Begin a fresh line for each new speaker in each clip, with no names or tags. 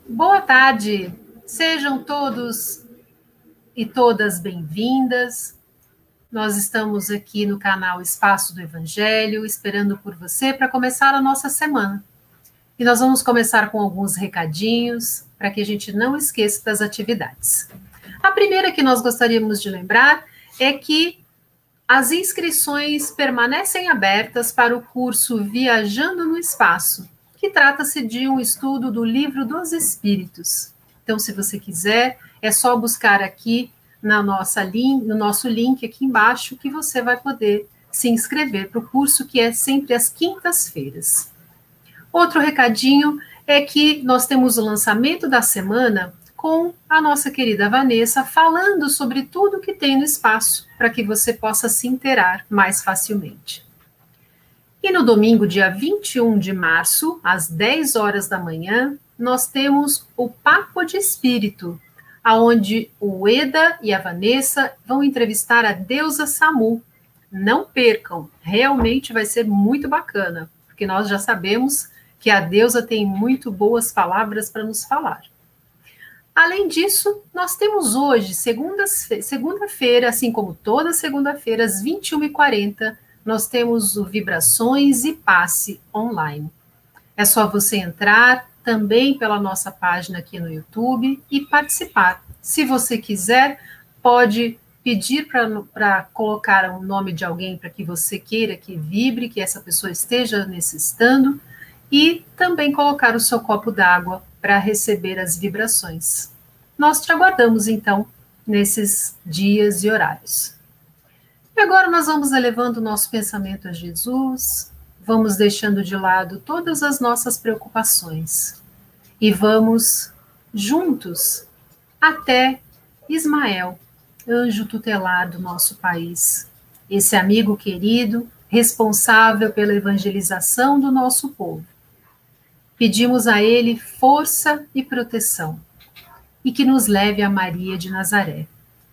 Boa tarde, sejam todos e todas bem-vindas. Nós estamos aqui no canal Espaço do Evangelho, esperando por você para começar a nossa semana. E nós vamos começar com alguns recadinhos para que a gente não esqueça das atividades. A primeira que nós gostaríamos de lembrar é que as inscrições permanecem abertas para o curso Viajando no Espaço, que trata-se de um estudo do Livro dos Espíritos. Então, se você quiser, é só buscar aqui no nosso link aqui embaixo que você vai poder se inscrever para o curso, que é sempre às quintas-feiras. Outro recadinho é que nós temos o lançamento da semana com a nossa querida Vanessa falando sobre tudo que tem no espaço, para que você possa se inteirar mais facilmente. E no domingo, dia 21 de março, às 10 horas da manhã, nós temos o Papo de Espírito, aonde o Eda e a Vanessa vão entrevistar a deusa Samu. Não percam, realmente vai ser muito bacana, porque nós já sabemos que a deusa tem muito boas palavras para nos falar. Além disso, nós temos hoje, segunda-feira, assim como toda segunda-feira, às 21h40, nós temos o Vibrações e Passe online. É só você entrar também pela nossa página aqui no YouTube e participar. Se você quiser, pode pedir para colocar o nome de alguém para que você queira que vibre, que essa pessoa esteja necessitando, e também colocar o seu copo d'água para receber as vibrações. Nós te aguardamos, então, nesses dias e horários. E agora nós vamos elevando o nosso pensamento a Jesus, vamos deixando de lado todas as nossas preocupações e vamos juntos até Ismael, anjo tutelar do nosso país, esse amigo querido, responsável pela evangelização do nosso povo. Pedimos a ele força e proteção e que nos leve a Maria de Nazaré,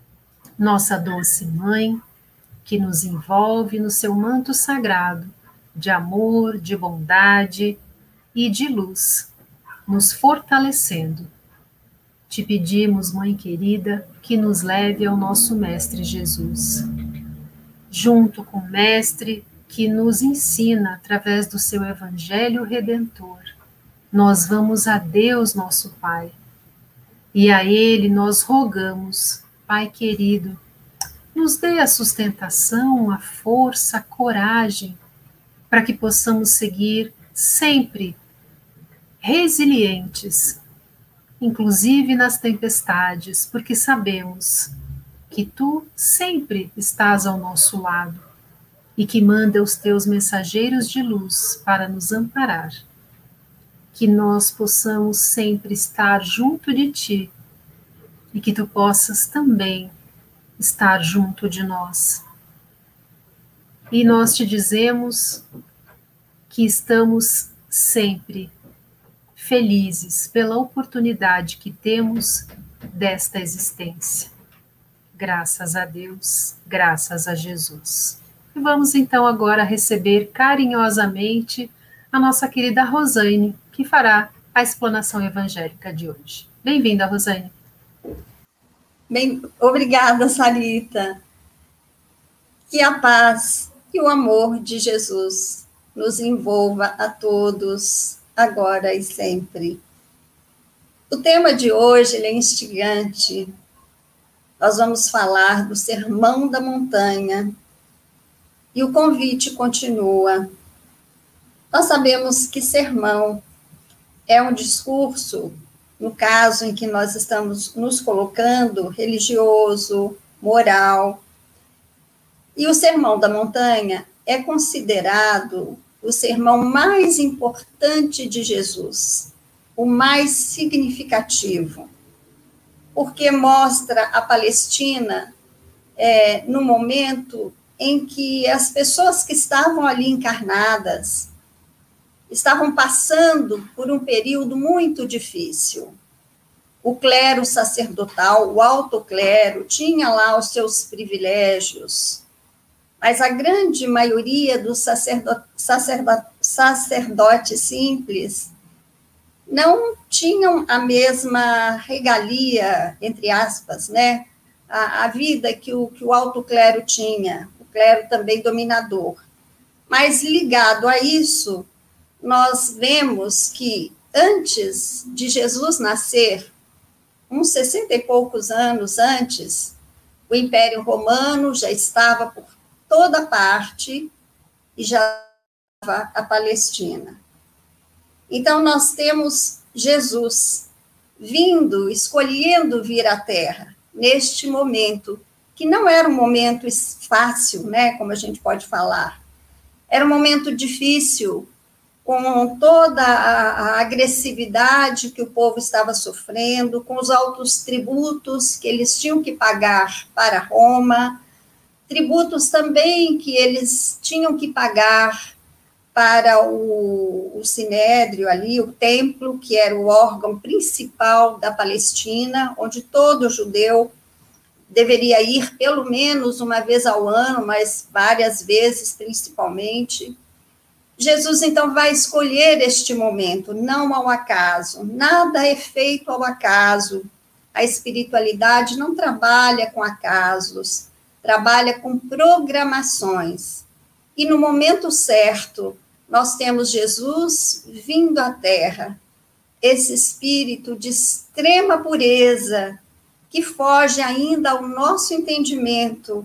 nossa doce mãe, que nos envolve no seu manto sagrado de amor, de bondade e de luz, nos fortalecendo. Te pedimos, Mãe querida, que nos leve ao nosso Mestre Jesus, junto com o Mestre que nos ensina através do seu Evangelho Redentor. Nós vamos a Deus, nosso Pai, e a Ele nós rogamos, Pai querido, nos dê a sustentação, a força, a coragem, para que possamos seguir sempre resilientes, inclusive nas tempestades, porque sabemos que Tu sempre estás ao nosso lado e que manda os Teus mensageiros de luz para nos amparar. Que nós possamos sempre estar junto de Ti e que Tu possas também estar junto de nós. E nós te dizemos que estamos sempre felizes pela oportunidade que temos desta existência. Graças a Deus, graças a Jesus. E vamos então agora receber carinhosamente a nossa querida Rosane, que fará a explanação evangélica de hoje. Bem-vinda, Rosane.
Bem, obrigada, Sarita. Que a paz e o amor de Jesus nos envolva a todos, agora e sempre. O tema de hoje é instigante. Nós vamos falar do Sermão da Montanha. E o convite continua. Nós sabemos que sermão é um discurso, no caso em que nós estamos nos colocando, religioso, moral. E o Sermão da Montanha é considerado o sermão mais importante de Jesus, o mais significativo, porque mostra a Palestina no momento em que as pessoas que estavam ali encarnadas estavam passando por um período muito difícil. O clero sacerdotal, o alto clero, tinha lá os seus privilégios, mas a grande maioria dos sacerdotes simples não tinham a mesma regalia, entre aspas, né? A vida que o alto clero tinha, o clero também dominador. Mas ligado a isso, nós vemos que antes de Jesus nascer, uns 60 e poucos anos antes, o Império Romano já estava por toda parte e já estava a Palestina. Então, nós temos Jesus vindo, escolhendo vir à Terra, neste momento, que não era um momento fácil, né, como a gente pode falar. Era um momento difícil, com toda a agressividade que o povo estava sofrendo, com os altos tributos que eles tinham que pagar para Roma, tributos também que eles tinham que pagar para o Sinédrio ali, o templo, que era o órgão principal da Palestina, onde todo judeu deveria ir pelo menos uma vez ao ano, mas várias vezes, principalmente. Jesus, então, vai escolher este momento, não ao acaso. Nada é feito ao acaso. A espiritualidade não trabalha com acasos, trabalha com programações. E no momento certo, nós temos Jesus vindo à Terra, esse espírito de extrema pureza, que foge ainda ao nosso entendimento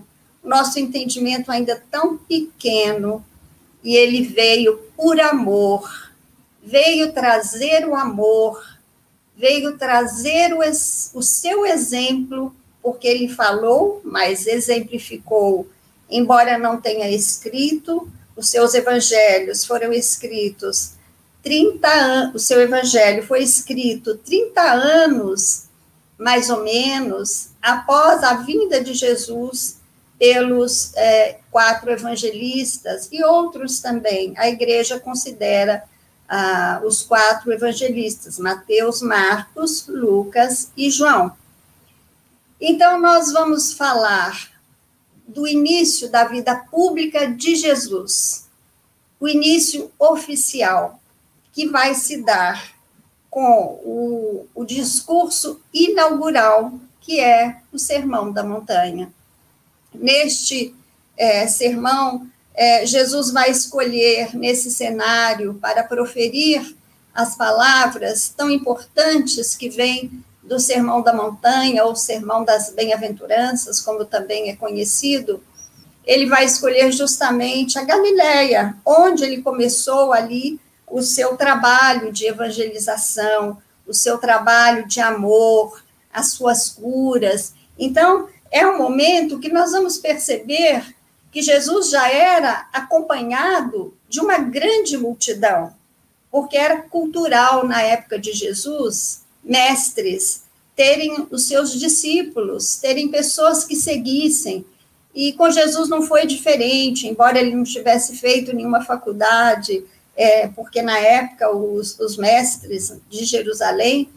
ainda tão pequeno, e ele veio por amor, veio trazer o amor, veio trazer o seu exemplo, porque ele falou, mas exemplificou, embora não tenha escrito. Os seus evangelhos foram escritos 30 anos, o seu evangelho foi escrito 30 anos, mais ou menos, após a vinda de Jesus pelos 4 evangelistas e outros também. A igreja considera os 4 evangelistas, Mateus, Marcos, Lucas e João. Então, nós vamos falar do início da vida pública de Jesus, o início oficial, que vai se dar com o discurso inaugural, que é o Sermão da Montanha. Neste sermão, Jesus vai escolher, nesse cenário, para proferir as palavras tão importantes que vêm do Sermão da Montanha, ou Sermão das Bem-aventuranças, como também é conhecido. Ele vai escolher justamente a Galileia, onde ele começou ali o seu trabalho de evangelização, o seu trabalho de amor, as suas curas. Então, é um momento que nós vamos perceber que Jesus já era acompanhado de uma grande multidão, porque era cultural na época de Jesus, mestres, terem os seus discípulos, terem pessoas que seguissem. E com Jesus não foi diferente, embora ele não tivesse feito nenhuma faculdade, porque na época os mestres de Jerusalém,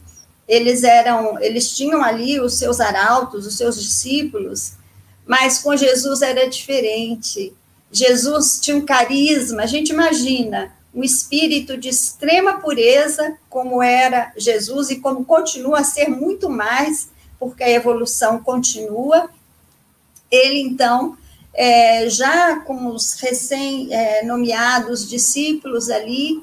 eles tinham ali os seus arautos, os seus discípulos, mas com Jesus era diferente. Jesus tinha um carisma, a gente imagina, um espírito de extrema pureza, como era Jesus, e como continua a ser muito mais, porque a evolução continua. Ele, então, já com os recém-nomeados discípulos ali,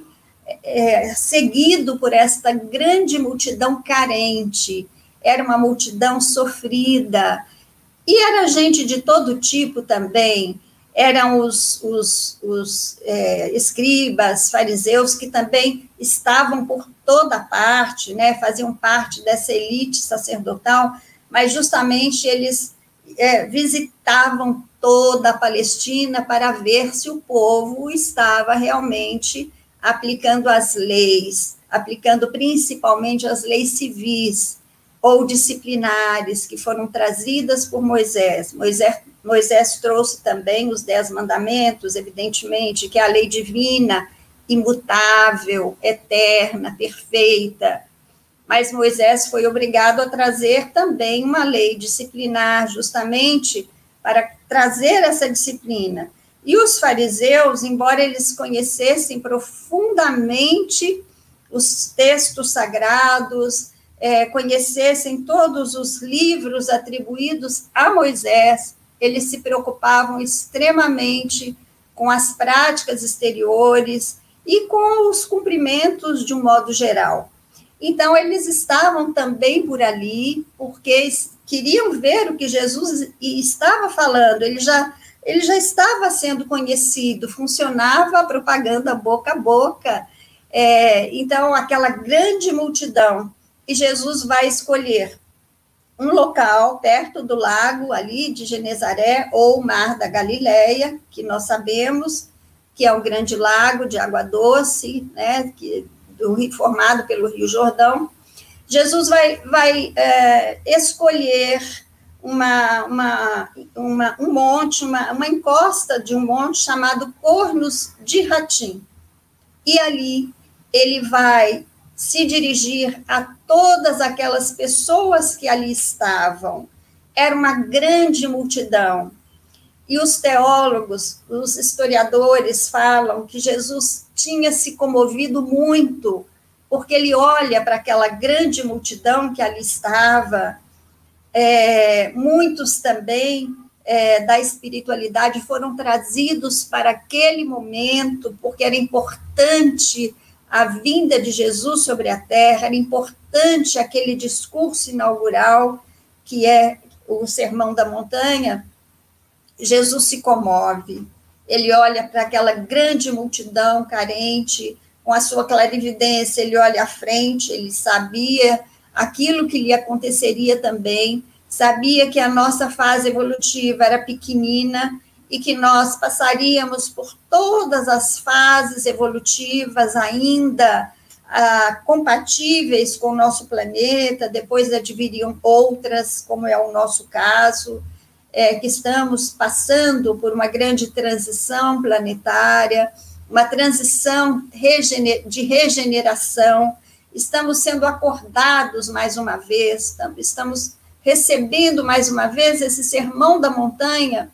seguido por esta grande multidão carente, era uma multidão sofrida, e era gente de todo tipo também, eram os escribas, fariseus, que também estavam por toda parte, né, faziam parte dessa elite sacerdotal, mas justamente eles visitavam toda a Palestina para ver se o povo estava realmente aplicando as leis, aplicando principalmente as leis civis ou disciplinares que foram trazidas por Moisés. Moisés trouxe também os 10 mandamentos, evidentemente, que é a lei divina, imutável, eterna, perfeita. Mas Moisés foi obrigado a trazer também uma lei disciplinar, justamente para trazer essa disciplina. E os fariseus, embora eles conhecessem profundamente os textos sagrados, conhecessem todos os livros atribuídos a Moisés. Eles se preocupavam extremamente com as práticas exteriores e com os cumprimentos de um modo geral. Então, eles estavam também por ali, porque queriam ver o que Jesus estava falando. Ele já estava sendo conhecido, funcionava a propaganda boca a boca. Então, aquela grande multidão, e Jesus vai escolher um local perto do lago ali de Genezaré, ou Mar da Galileia, que nós sabemos que é um grande lago de água doce, né, formado pelo Rio Jordão. Jesus vai escolher um monte, uma encosta de um monte chamado Cornos de Ratim. E ali ele vai se dirigir a todas aquelas pessoas que ali estavam. Era uma grande multidão. E os teólogos, os historiadores falam que Jesus tinha se comovido muito, porque ele olha para aquela grande multidão que ali estava. Muitos também da espiritualidade foram trazidos para aquele momento, porque era importante a vinda de Jesus sobre a terra, era importante aquele discurso inaugural, que é o Sermão da Montanha. Jesus se comove, ele olha para aquela grande multidão carente, com a sua clarividência, ele olha à frente, ele sabia aquilo que lhe aconteceria também, sabia que a nossa fase evolutiva era pequenina e que nós passaríamos por todas as fases evolutivas ainda compatíveis com o nosso planeta, depois adviriam outras, como é o nosso caso, que estamos passando por uma grande transição planetária, uma transição de regeneração, estamos sendo acordados mais uma vez, estamos recebendo mais uma vez esse Sermão da Montanha,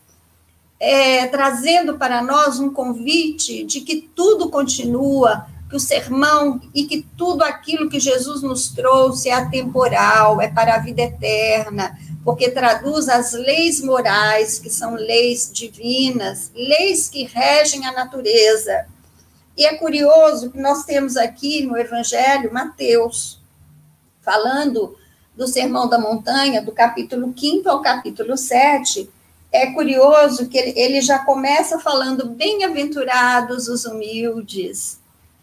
trazendo para nós um convite de que tudo continua, que o sermão e que tudo aquilo que Jesus nos trouxe é atemporal, é para a vida eterna, porque traduz as leis morais, que são leis divinas, leis que regem a natureza. E é curioso que nós temos aqui no Evangelho Mateus, falando do Sermão da Montanha, do capítulo 5 ao capítulo 7, é curioso que ele já começa falando, bem-aventurados os humildes.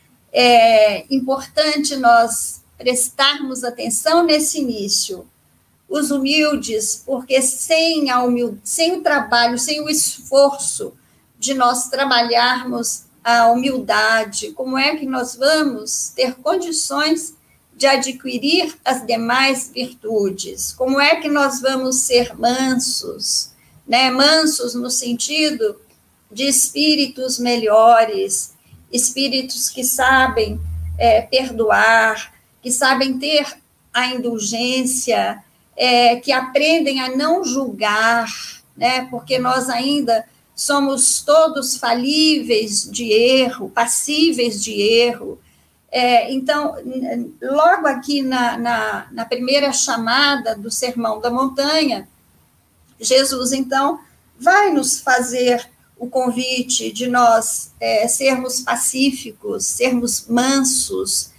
É importante nós prestarmos atenção nesse início. Os humildes, porque sem o trabalho, sem o esforço de nós trabalharmos a humildade, como é que nós vamos ter condições de adquirir as demais virtudes? Como é que nós vamos ser mansos, né? Mansos no sentido de espíritos melhores, espíritos que sabem perdoar, que sabem ter a indulgência, que aprendem a não julgar, né? Porque nós ainda somos todos falíveis de erro, passíveis de erro. Então, logo aqui na primeira chamada do Sermão da Montanha, Jesus, então, vai nos fazer o convite de nós sermos pacíficos, sermos mansos.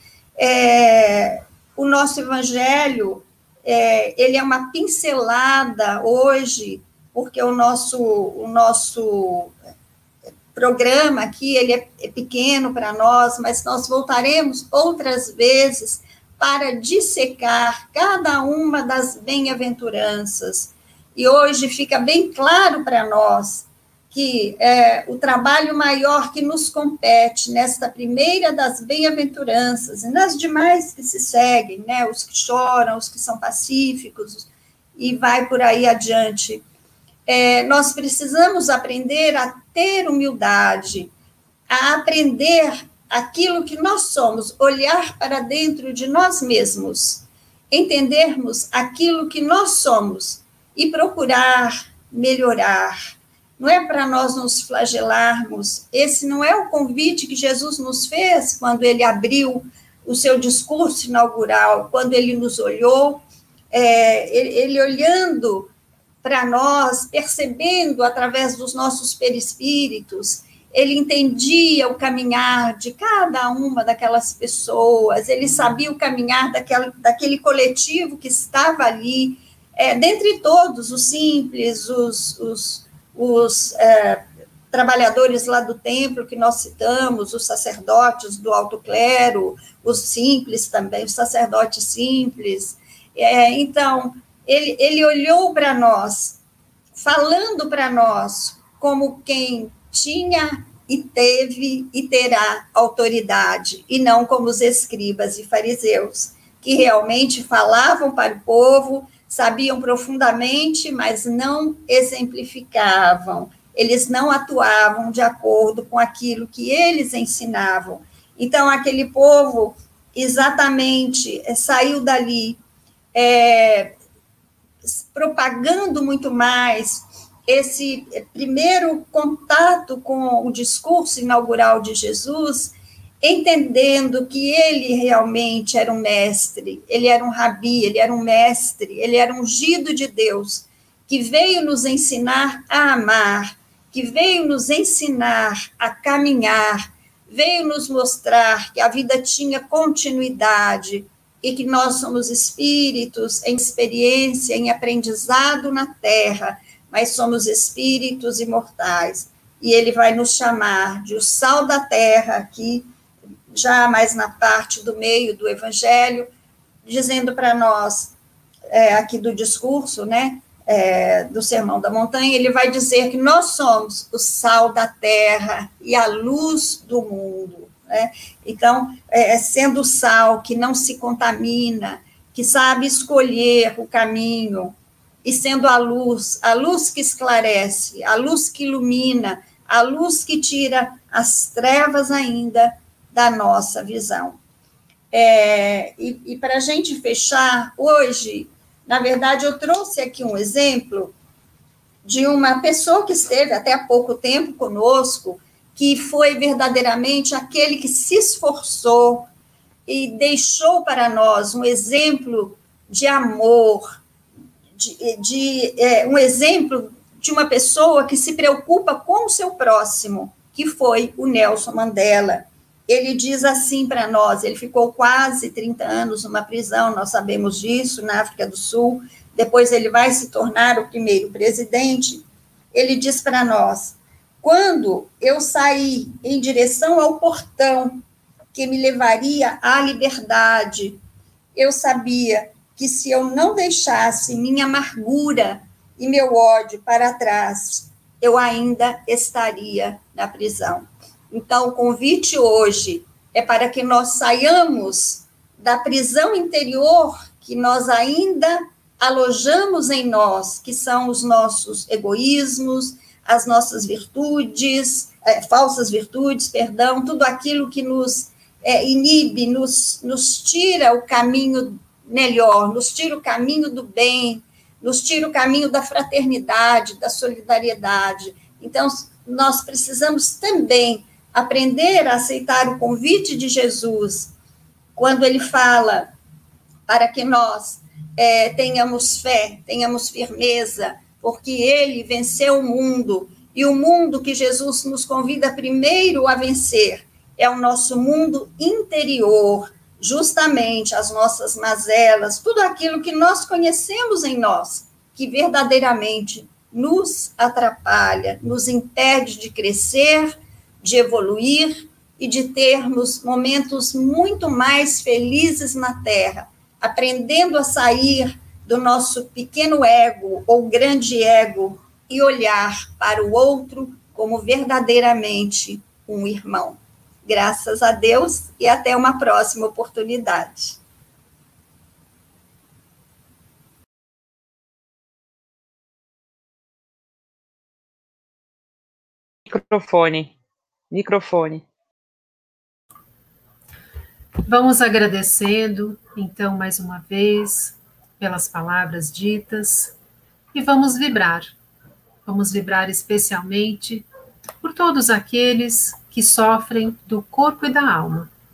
O nosso evangelho, ele é uma pincelada hoje, porque o nosso programa aqui, ele é pequeno para nós, mas nós voltaremos outras vezes para dissecar cada uma das bem-aventuranças. E hoje fica bem claro para nós que o trabalho maior que nos compete nesta primeira das bem-aventuranças, e nas demais que se seguem, né, os que choram, os que são pacíficos, e vai por aí adiante, nós precisamos aprender a ter humildade, a aprender aquilo que nós somos, olhar para dentro de nós mesmos, entendermos aquilo que nós somos e procurar melhorar. Não é para nós nos flagelarmos, esse não é o convite que Jesus nos fez quando ele abriu o seu discurso inaugural, quando ele nos olhou, ele olhando para nós, percebendo através dos nossos perispíritos, ele entendia o caminhar de cada uma daquelas pessoas, ele sabia o caminhar daquele coletivo que estava ali, dentre todos, os simples, os trabalhadores lá do templo que nós citamos, os sacerdotes do alto clero, os simples também, os sacerdotes simples. Então, ele olhou para nós, falando para nós como quem tinha e teve e terá autoridade, e não como os escribas e fariseus, que realmente falavam para o povo, sabiam profundamente, mas não exemplificavam, eles não atuavam de acordo com aquilo que eles ensinavam. Então, aquele povo, exatamente, saiu dali propagando muito mais esse primeiro contato com o discurso inaugural de Jesus, entendendo que ele realmente era um mestre, ele era um rabi, ele era um mestre, ele era ungido de Deus, que veio nos ensinar a amar, que veio nos ensinar a caminhar, veio nos mostrar que a vida tinha continuidade e que nós somos espíritos em experiência, em aprendizado na Terra, mas somos espíritos imortais. E ele vai nos chamar de o sal da terra, aqui, já mais na parte do meio do Evangelho, dizendo para nós, aqui do discurso, né, do Sermão da Montanha, ele vai dizer que nós somos o sal da terra e a luz do mundo. Né? Então, sendo o sal que não se contamina, que sabe escolher o caminho, e sendo a luz que esclarece, a luz que ilumina, a luz que tira as trevas ainda da nossa visão. E para a gente fechar, hoje, na verdade, eu trouxe aqui um exemplo de uma pessoa que esteve até há pouco tempo conosco, que foi verdadeiramente aquele que se esforçou e deixou para nós um exemplo de amor, um exemplo de uma pessoa que se preocupa com o seu próximo, que foi o Nelson Mandela. Ele diz assim para nós, ele ficou quase 30 anos numa prisão, nós sabemos disso, na África do Sul, depois ele vai se tornar o primeiro presidente. Ele diz para nós: quando eu saí em direção ao portão que me levaria à liberdade, eu sabia que se eu não deixasse minha amargura e meu ódio para trás, eu ainda estaria na prisão. Então, o convite hoje é para que nós saiamos da prisão interior que nós ainda alojamos em nós, que são os nossos egoísmos, as nossas virtudes, falsas virtudes, perdão, tudo aquilo que nos inibe, nos tira o caminho melhor, nos tira o caminho do bem, nos tira o caminho da fraternidade, da solidariedade. Então, nós precisamos também aprender a aceitar o convite de Jesus, quando ele fala para que nós tenhamos fé, tenhamos firmeza, porque ele venceu o mundo, e o mundo que Jesus nos convida primeiro a vencer é o nosso mundo interior, justamente as nossas mazelas, tudo aquilo que nós conhecemos em nós, que verdadeiramente nos atrapalha, nos impede de crescer, de evoluir e de termos momentos muito mais felizes na Terra, aprendendo a sair do nosso pequeno ego ou grande ego e olhar para o outro como verdadeiramente um irmão. Graças a Deus e até uma próxima oportunidade.
Microfone.
Vamos agradecendo, então, mais uma vez, pelas palavras ditas, e vamos vibrar. Vamos vibrar especialmente por todos aqueles que sofrem do corpo e da alma,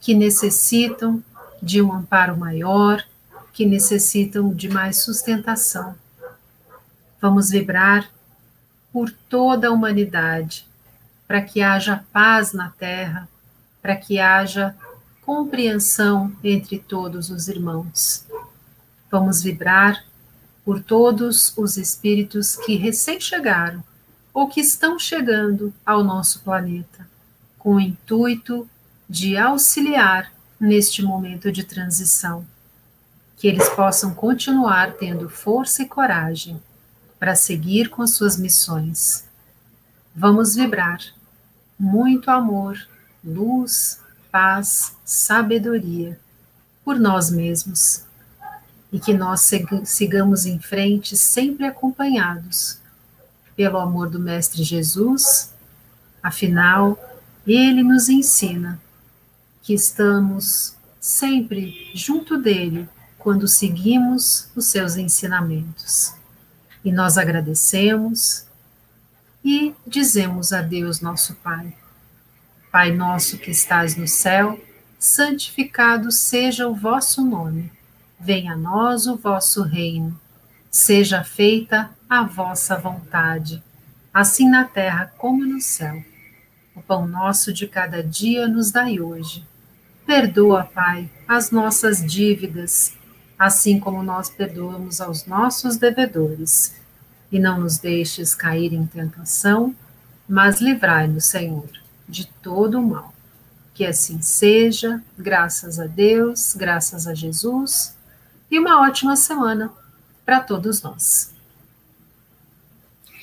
que necessitam de um amparo maior, que necessitam de mais sustentação. Vamos vibrar por toda a humanidade, para que haja paz na Terra, para que haja compreensão entre todos os irmãos. Vamos vibrar por todos os espíritos que recém chegaram ou que estão chegando ao nosso planeta, com o intuito de auxiliar neste momento de transição, que eles possam continuar tendo força e coragem para seguir com as suas missões. Vamos vibrar muito amor, luz, paz, sabedoria por nós mesmos e que nós sigamos em frente sempre acompanhados pelo amor do Mestre Jesus. Afinal, ele nos ensina que estamos sempre junto dele quando seguimos os seus ensinamentos. E nós agradecemos e dizemos a Deus, nosso Pai. Pai nosso que estás no céu, santificado seja o vosso nome. Venha a nós o vosso reino. Seja feita a vossa vontade, assim na terra como no céu. O pão nosso de cada dia nos dai hoje. Perdoa, Pai, as nossas dívidas, assim como nós perdoamos aos nossos devedores. E não nos deixes cair em tentação, mas livrai-nos, Senhor, de todo o mal. Que assim seja, graças a Deus, graças a Jesus, e uma ótima semana para todos nós.